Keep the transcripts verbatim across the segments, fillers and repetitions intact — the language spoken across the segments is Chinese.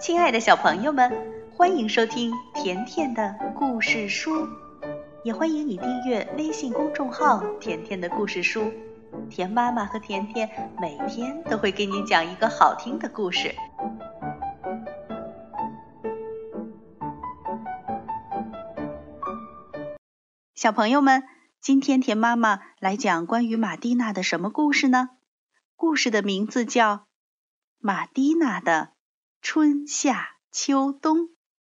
亲爱的小朋友们，欢迎收听甜甜的故事书，也欢迎你订阅微信公众号甜甜的故事书。甜妈妈和甜甜每天都会给你讲一个好听的故事。小朋友们，今天甜妈妈来讲关于马蒂娜的什么故事呢？故事的名字叫《马蒂娜的春夏秋冬》。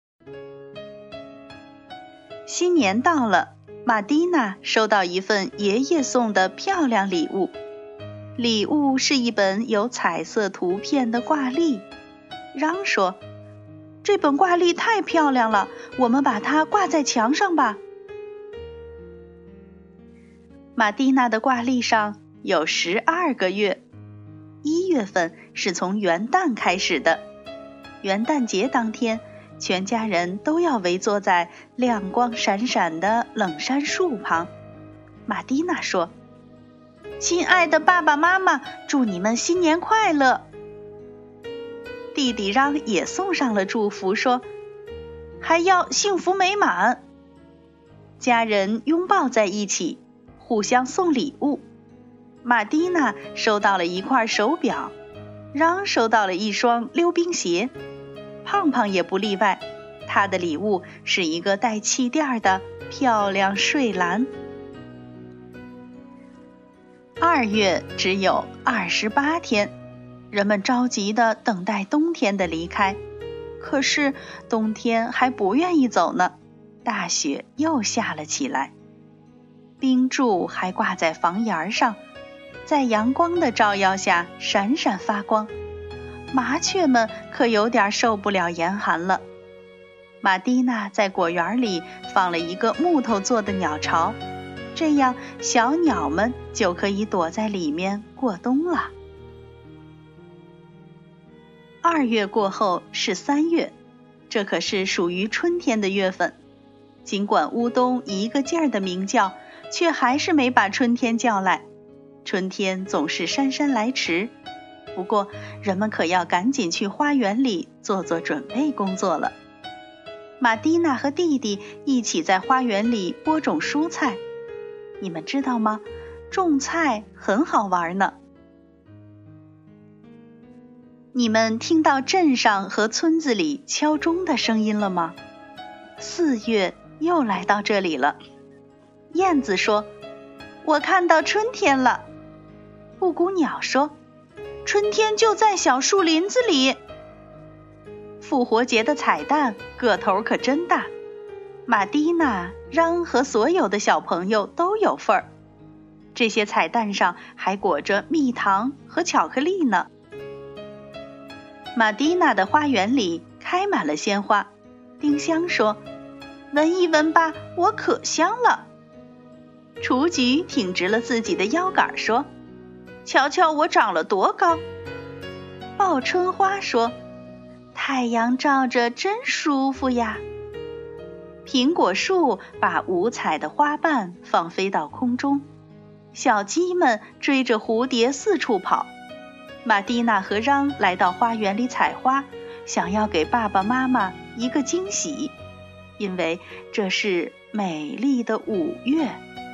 新年到了，马蒂娜收到一份爷爷送的漂亮礼物。礼物是一本有彩色图片的挂历。嚷说：“这本挂历太漂亮了，我们把它挂在墙上吧。”马蒂娜的挂历上有十二个月，一月份是从元旦开始的。元旦节当天，全家人都要围坐在亮光闪闪的冷杉树旁。马蒂娜说：“亲爱的爸爸妈妈，祝你们新年快乐。”弟弟嚷也送上了祝福，说：“还要幸福美满。”家人拥抱在一起，互相送礼物。马蒂娜收到了一块手表，嚷收到了一双溜冰鞋，胖胖也不例外，他的礼物是一个带气垫的漂亮睡篮。二月只有二十八天，人们着急地等待冬天的离开，可是冬天还不愿意走呢，大雪又下了起来。冰柱还挂在房檐上，在阳光的照耀下闪闪发光。麻雀们可有点受不了严寒了。马蒂娜在果园里放了一个木头做的鸟巢，这样小鸟们就可以躲在里面过冬了。二月过后是三月，这可是属于春天的月份。尽管乌冬一个劲儿的鸣叫，却还是没把春天叫来。春天总是姗姗来迟，不过人们可要赶紧去花园里做做准备工作了。马蒂娜和弟弟一起在花园里播种蔬菜。你们知道吗？种菜很好玩呢。你们听到镇上和村子里敲钟的声音了吗？四月又来到这里了。燕子说：“我看到春天了。”布谷鸟说：“春天就在小树林子里。”复活节的彩蛋个头可真大，马蒂娜、嚷和所有的小朋友都有份儿。这些彩蛋上还裹着蜜糖和巧克力呢。马蒂娜的花园里开满了鲜花。丁香说：“闻一闻吧，我可香了。”雏菊挺直了自己的腰杆说：“瞧瞧我长了多高。”报春花说：“太阳照着真舒服呀。”苹果树把五彩的花瓣放飞到空中，小鸡们追着蝴蝶四处跑。马蒂娜和嚷来到花园里采花，想要给爸爸妈妈一个惊喜，因为这是美丽的五月。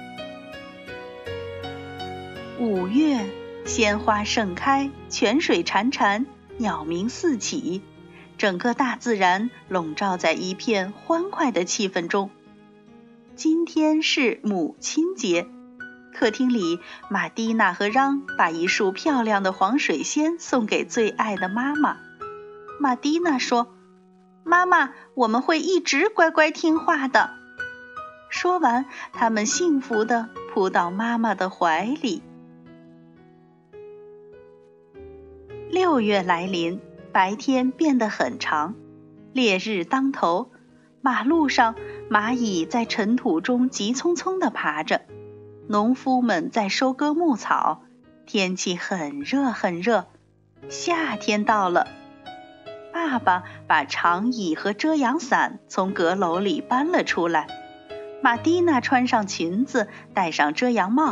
五月，鲜花盛开，泉水潺潺，鸟鸣四起，整个大自然笼罩在一片欢快的气氛中。今天是母亲节，客厅里，马蒂娜和嚷把一束漂亮的黄水仙送给最爱的妈妈。马蒂娜说：“妈妈，我们会一直乖乖听话的。”说完，他们幸福地扑到妈妈的怀里。六月来临，白天变得很长，烈日当头，马路上蚂蚁在尘土中急匆匆地爬着，农夫们在收割牧草，天气很热很热，夏天到了。爸爸把长椅和遮阳伞从阁楼里搬了出来，马蒂娜穿上裙子，戴上遮阳帽。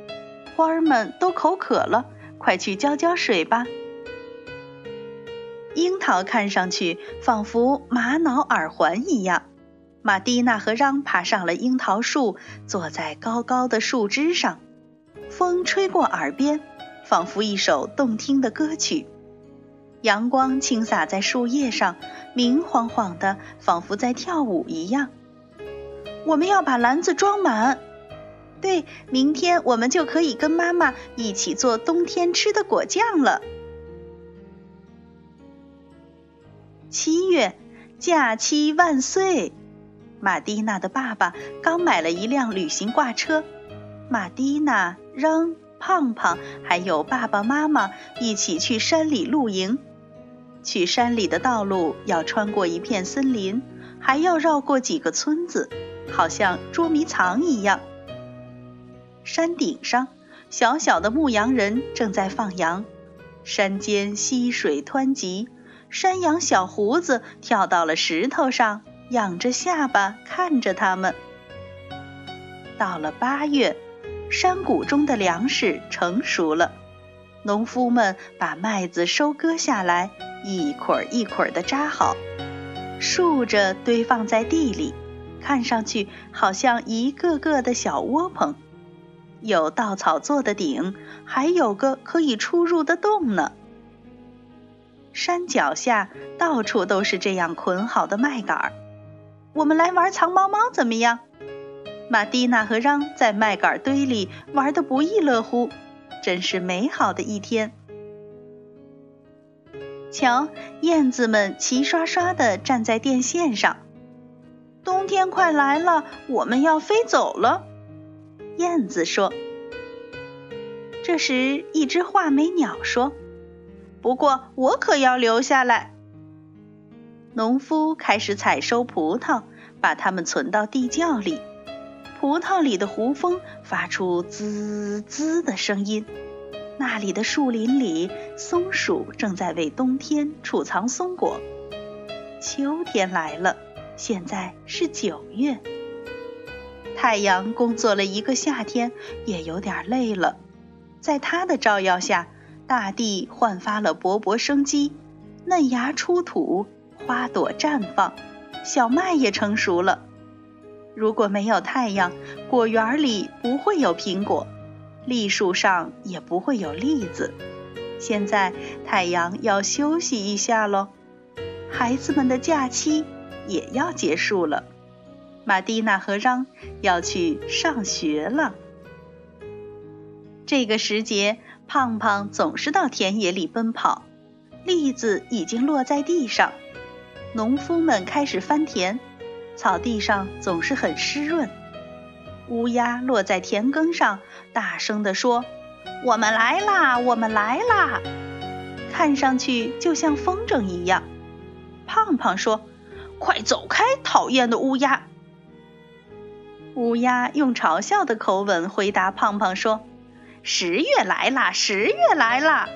花儿们都口渴了，快去浇浇水吧。 樱桃看上去仿佛玛瑙耳环一样。马蒂娜和嚷爬上了樱桃树，坐在高高的树枝上，风吹过耳边，仿佛一首动听的歌曲。阳光倾洒在树叶上，明晃晃的，仿佛在跳舞一样。我们要把篮子装满，对，明天我们就可以跟妈妈一起做冬天吃的果酱了。七月，假期万岁！马蒂娜的爸爸刚买了一辆旅行挂车，马蒂娜、嚷、胖胖还有爸爸妈妈一起去山里露营。去山里的道路要穿过一片森林，还要绕过几个村子，好像捉迷藏一样。山顶上，小小的牧羊人正在放羊，山间溪水湍急，山羊小胡子跳到了石头上，仰着下巴看着他们。到了八月，山谷中的粮食成熟了，农夫们把麦子收割下来，一捆一捆地扎好，竖着堆放在地里，看上去好像一个个的小窝棚，有稻草做的顶，还有个可以出入的洞呢。山脚下到处都是这样捆好的麦秆。我们来玩藏猫猫怎么样？马蒂娜和嚷在麦秆堆里玩得不亦乐乎，真是美好的一天。瞧，燕子们齐刷刷地站在电线上。冬天快来了，我们要飞走了，燕子说。这时，一只画眉鸟说：“不过我可要留下来。”农夫开始采收葡萄，把它们存到地窖里。葡萄里的胡蜂发出滋滋的声音。那里的树林里，松鼠正在为冬天储藏松果。秋天来了，现在是九月。太阳工作了一个夏天，也有点累了。在它的照耀下，大地焕发了勃勃生机，嫩芽出土，花朵绽放，小麦也成熟了。如果没有太阳，果园里不会有苹果，栗树上也不会有栗子。现在太阳要休息一下咯，孩子们的假期也要结束了。马蒂娜和嚷要去上学了。这个时节，胖胖总是到田野里奔跑，栗子已经落在地上。农夫们开始翻田，草地上总是很湿润。乌鸦落在田埂上，大声地说：“我们来啦，我们来啦！”看上去就像风筝一样。胖胖说：“快走开，讨厌的乌鸦！”乌鸦用嘲笑的口吻回答胖胖说：“十月来啦，十月来啦！”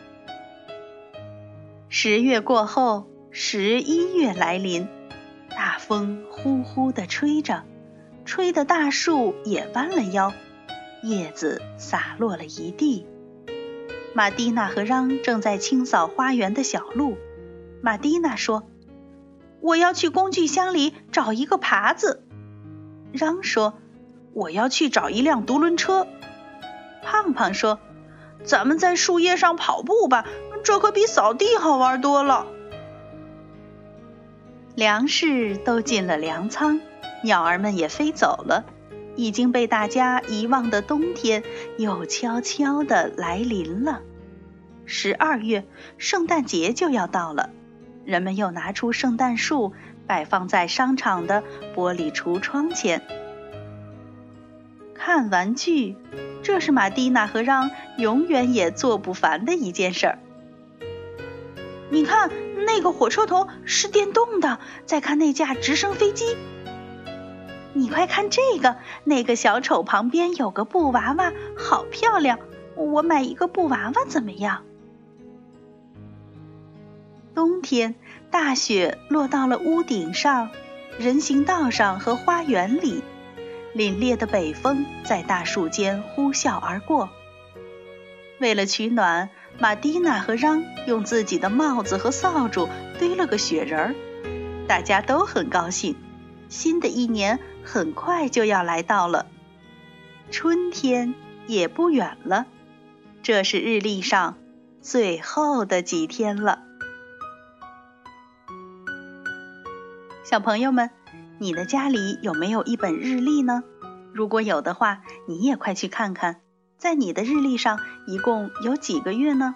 十月过后，十一月来临，大风呼呼地吹着，吹得大树也弯了腰，叶子洒落了一地。马蒂娜和嚷正在清扫花园的小路。马蒂娜说：“我要去工具箱里找一个耙子。”嚷说：“我要去找一辆独轮车。”胖胖说：“咱们在树叶上跑步吧，这可比扫地好玩多了。”粮食都进了粮仓，鸟儿们也飞走了，已经被大家遗忘的冬天又悄悄地来临了。十二月，圣诞节就要到了，人们又拿出圣诞树，摆放在商场的玻璃橱窗前。看玩具，这是马蒂娜和嚷永远也做不烦的一件事儿。你看，那个火车头是电动的，再看那架直升飞机。你快看这个，那个小丑旁边有个布娃娃，好漂亮，我买一个布娃娃怎么样？冬天，大雪落到了屋顶上、人行道上和花园里，凛冽的北风在大树间呼啸而过。为了取暖， 玛蒂娜和嚷用自己的帽子和扫帚堆了个雪人儿，大家都很高兴。新的一年很快就要来到了，春天也不远了。这是日历上最后的几天了。小朋友们，你的家里有没有一本日历呢？如果有的话，你也快去看看，在你的日历上一共有几个月呢？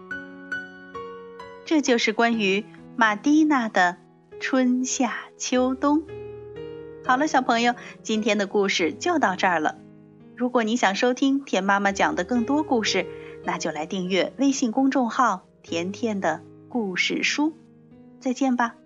这就是关于玛蒂娜的春夏秋冬。好了，小朋友，今天的故事就到这儿了。如果你想收听田妈妈讲的更多故事，那就来订阅微信公众号甜甜的故事书。再见吧。